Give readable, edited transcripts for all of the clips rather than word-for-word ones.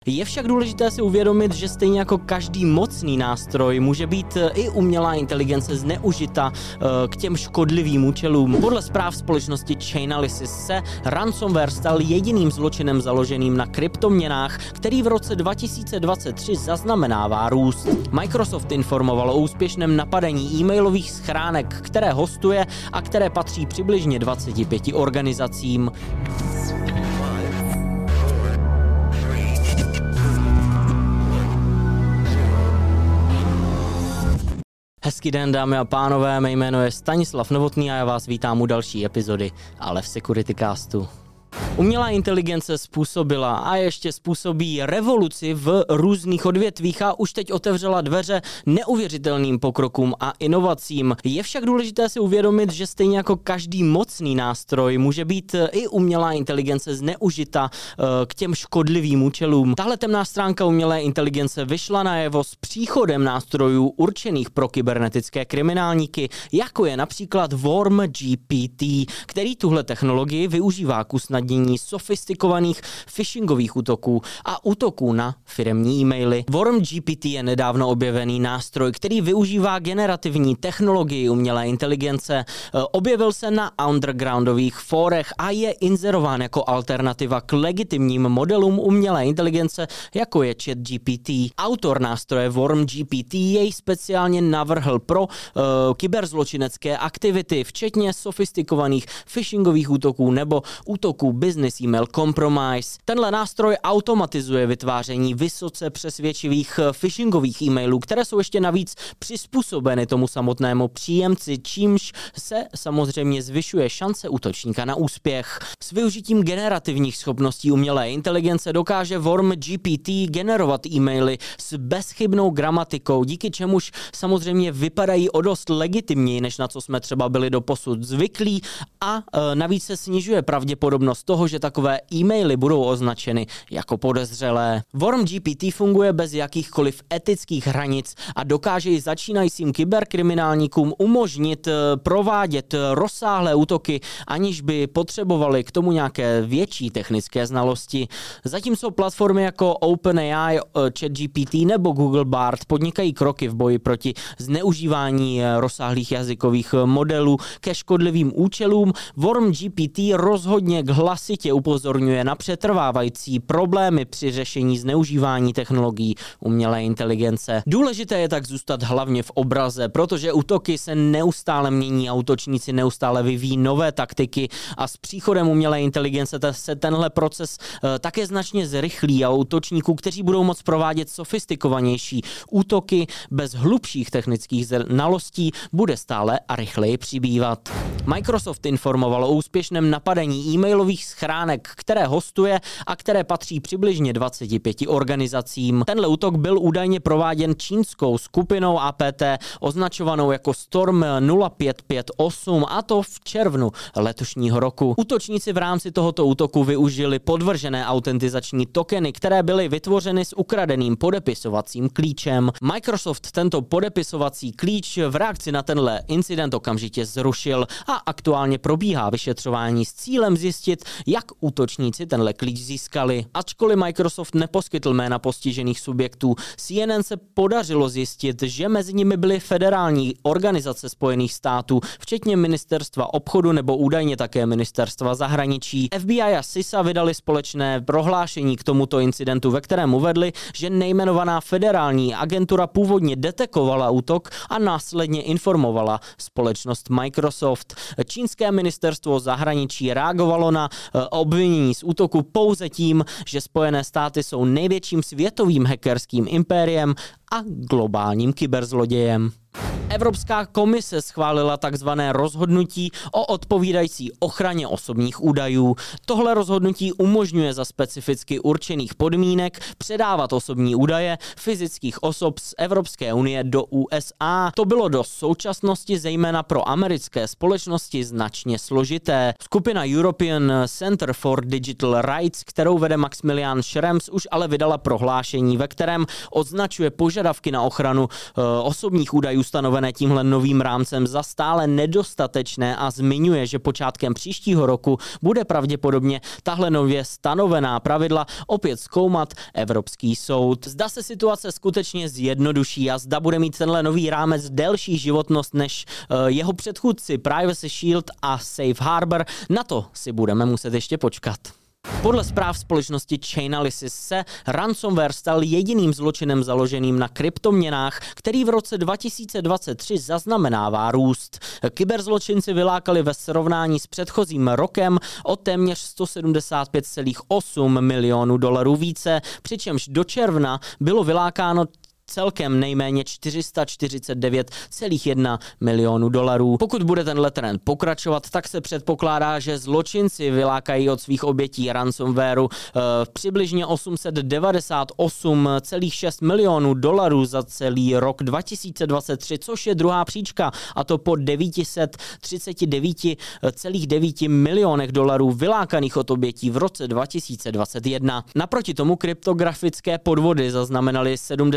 Je však důležité si uvědomit, že stejně jako každý mocný nástroj může být i umělá inteligence zneužita k těm škodlivým účelům. Podle zpráv společnosti Chainalysis se ransomware stal jediným zločinem založeným na kryptoměnách, který v roce 2023 zaznamenává růst. Microsoft informoval o úspěšném napadení e-mailových schránek, které hostuje a které patří přibližně 25 organizacím. Hezký den, dámy a pánové, mé jméno je Stanislav Novotný a já vás vítám u další epizody Ale v Securitycastu. Umělá inteligence způsobila a ještě způsobí revoluci v různých odvětvích a už teď otevřela dveře neuvěřitelným pokrokům a inovacím. Je však důležité si uvědomit, že stejně jako každý mocný nástroj může být i umělá inteligence zneužita k těm škodlivým účelům. Tahle temná stránka umělé inteligence vyšla najevo s příchodem nástrojů určených pro kybernetické kriminálníky, jako je například WormGPT, který tuhle technologii využívá k usnadnění sofistikovaných phishingových útoků a útoků na firemní e-maily. WormGPT je nedávno objevený nástroj, který využívá generativní technologii umělé inteligence. Objevil se na undergroundových fórech a je inzerován jako alternativa k legitimním modelům umělé inteligence, jako je ChatGPT. Autor nástroje WormGPT jej speciálně navrhl pro kyberzločinecké aktivity, včetně sofistikovaných phishingových útoků nebo útoků Business Email Compromise. Tenhle nástroj automatizuje vytváření vysoce přesvědčivých phishingových e-mailů, které jsou ještě navíc přizpůsobeny tomu samotnému příjemci, čímž se samozřejmě zvyšuje šance útočníka na úspěch. S využitím generativních schopností umělé inteligence dokáže WormGPT generovat e-maily s bezchybnou gramatikou, díky čemuž samozřejmě vypadají o dost legitimněji, než na co jsme třeba byli doposud zvyklí, a navíc se snižuje pravděpodobnost toho, že takové e-maily budou označeny jako podezřelé. WormGPT funguje bez jakýchkoliv etických hranic a dokáže i začínajícím kyberkriminálníkům umožnit provádět rozsáhlé útoky, aniž by potřebovali k tomu nějaké větší technické znalosti. Zatímco platformy jako OpenAI, ChatGPT nebo Google Bard podnikají kroky v boji proti zneužívání rozsáhlých jazykových modelů ke škodlivým účelům, WormGPT rozhodně hlasitě upozorňuje na přetrvávající problémy při řešení zneužívání technologií umělé inteligence. Důležité je tak zůstat hlavně v obraze, protože útoky se neustále mění a útočníci neustále vyvíjí nové taktiky a s příchodem umělé inteligence se tenhle proces také značně zrychlí a útočníků, kteří budou moct provádět sofistikovanější útoky bez hlubších technických znalostí, bude stále a rychleji přibývat. Microsoft informoval o úspěšném napadení e-mailových schránek, které hostuje a které patří přibližně 25 organizacím. Tenhle útok byl údajně prováděn čínskou skupinou APT označovanou jako Storm 0558, a to v červnu letošního roku. Útočníci v rámci tohoto útoku využili podvržené autentizační tokeny, které byly vytvořeny s ukradeným podepisovacím klíčem. Microsoft tento podepisovací klíč v reakci na tenhle incident okamžitě zrušil a aktuálně probíhá vyšetřování s cílem zjistit, jak útočníci tenhle klíč získali. Ačkoliv Microsoft neposkytl jména postižených subjektů, CNN se podařilo zjistit, že mezi nimi byly federální organizace Spojených států, včetně ministerstva obchodu nebo údajně také ministerstva zahraničí. FBI a CISA vydali společné prohlášení k tomuto incidentu, ve kterém uvedli, že nejmenovaná federální agentura původně detekovala útok a následně informovala společnost Microsoft. Čínské ministerstvo zahraničí reagovalo na obvinění z útoku pouze tím, že Spojené státy jsou největším světovým hackerským impériem a globálním kyberzlodějem. Evropská komise schválila takzvané rozhodnutí o odpovídající ochraně osobních údajů. Tohle rozhodnutí umožňuje za specificky určených podmínek předávat osobní údaje fyzických osob z Evropské unie do USA. To bylo do současnosti zejména pro americké společnosti značně složité. Skupina European Center for Digital Rights, kterou vede Maximilian Schrems, už ale vydala prohlášení, ve kterém označuje požadavky na ochranu osobních údajů stanovené stanovené tímhle novým rámcem za stále nedostatečné a zmiňuje, že počátkem příštího roku bude pravděpodobně tahle nově stanovená pravidla opět zkoumat Evropský soud. Zda se situace skutečně zjednoduší a zda bude mít tenhle nový rámec delší životnost než jeho předchůdci Privacy Shield a Safe Harbor, na to si budeme muset ještě počkat. Podle zpráv společnosti Chainalysis se ransomware stal jediným zločinem založeným na kryptoměnách, který v roce 2023 zaznamenává růst. Kyberzločinci vylákali ve srovnání s předchozím rokem o téměř 175,8 milionů dolarů více, přičemž do června bylo vylákáno celkem nejméně 449,1 milionu dolarů. Pokud bude tenhle trend pokračovat, tak se předpokládá, že zločinci vylákají od svých obětí ransomwareu přibližně 898,6 milionů dolarů za celý rok 2023, což je druhá příčka, a to po 939,9 milionech dolarů vylákaných od obětí v roce 2021. Naproti tomu kryptografické podvody zaznamenaly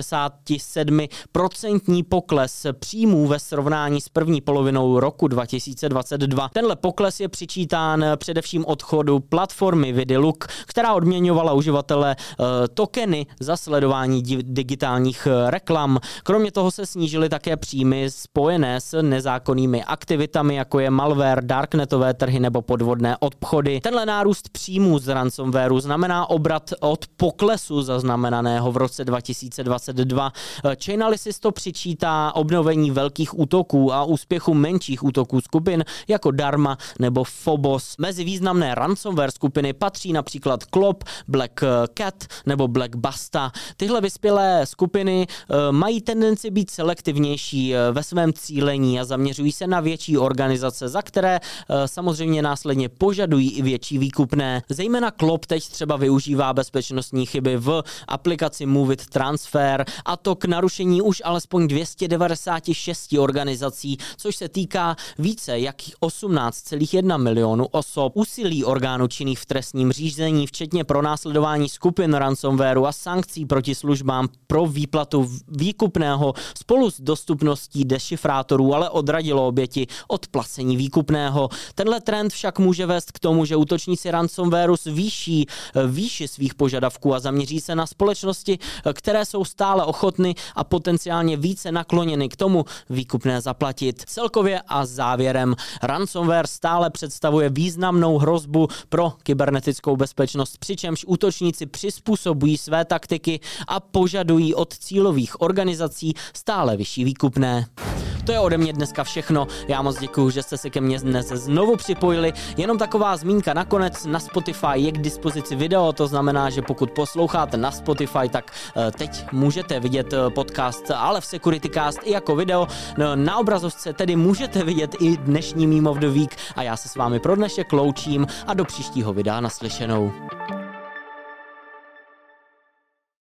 77% pokles příjmů ve srovnání s první polovinou roku 2022. Tenhle pokles je přičítán především odchodu platformy Vidiluk, která odměňovala uživatele tokeny za sledování digitálních reklam. Kromě toho se snížily také příjmy spojené s nezákonnými aktivitami, jako je malware, darknetové trhy nebo podvodné obchody. Tenhle nárůst příjmů z ransomwareu znamená obrat od poklesu zaznamenaného v roce 2022. Chainalysis to přičítá obnovení velkých útoků a úspěchu menších útoků skupin jako Dharma nebo Phobos. Mezi významné ransomware skupiny patří například Klop, Black Cat nebo Black Basta. Tyhle vyspělé skupiny mají tendenci být selektivnější ve svém cílení a zaměřují se na větší organizace, za které samozřejmě následně požadují i větší výkupné. Zejména Klop teď třeba využívá bezpečnostní chyby v aplikaci Moveit Transfer, a to k narušení už alespoň 296 organizací, což se týká více jak 18,1 milionu osob. Úsilí orgánů činných v trestním řízení, včetně pronásledování skupin ransomwareu a sankcí proti službám pro výplatu výkupného spolu s dostupností dešifrátorů ale odradilo oběti od placení výkupného. Tenhle trend však může vést k tomu, že útočníci ransomwareu zvýší výši svých požadavků a zaměří se na společnosti, které jsou stále ochotny a potenciálně více nakloněny k tomu výkupné zaplatit. Celkově a závěrem, ransomware stále představuje významnou hrozbu pro kybernetickou bezpečnost, přičemž útočníci přizpůsobují své taktiky a požadují od cílových organizací stále vyšší výkupné. To je ode mě dneska všechno. Já moc děkuju, že jste se ke mně dnes znovu připojili. Jenom taková zmínka nakonec, na Spotify je k dispozici video, to znamená, že pokud posloucháte na Spotify, tak teď můžete vidět podcast Ale v Securitycast i jako video. Na obrazovce tedy můžete vidět i dnešní Meme of the Week a já se s vámi pro dnešek loučím a do příštího videa naslyšenou.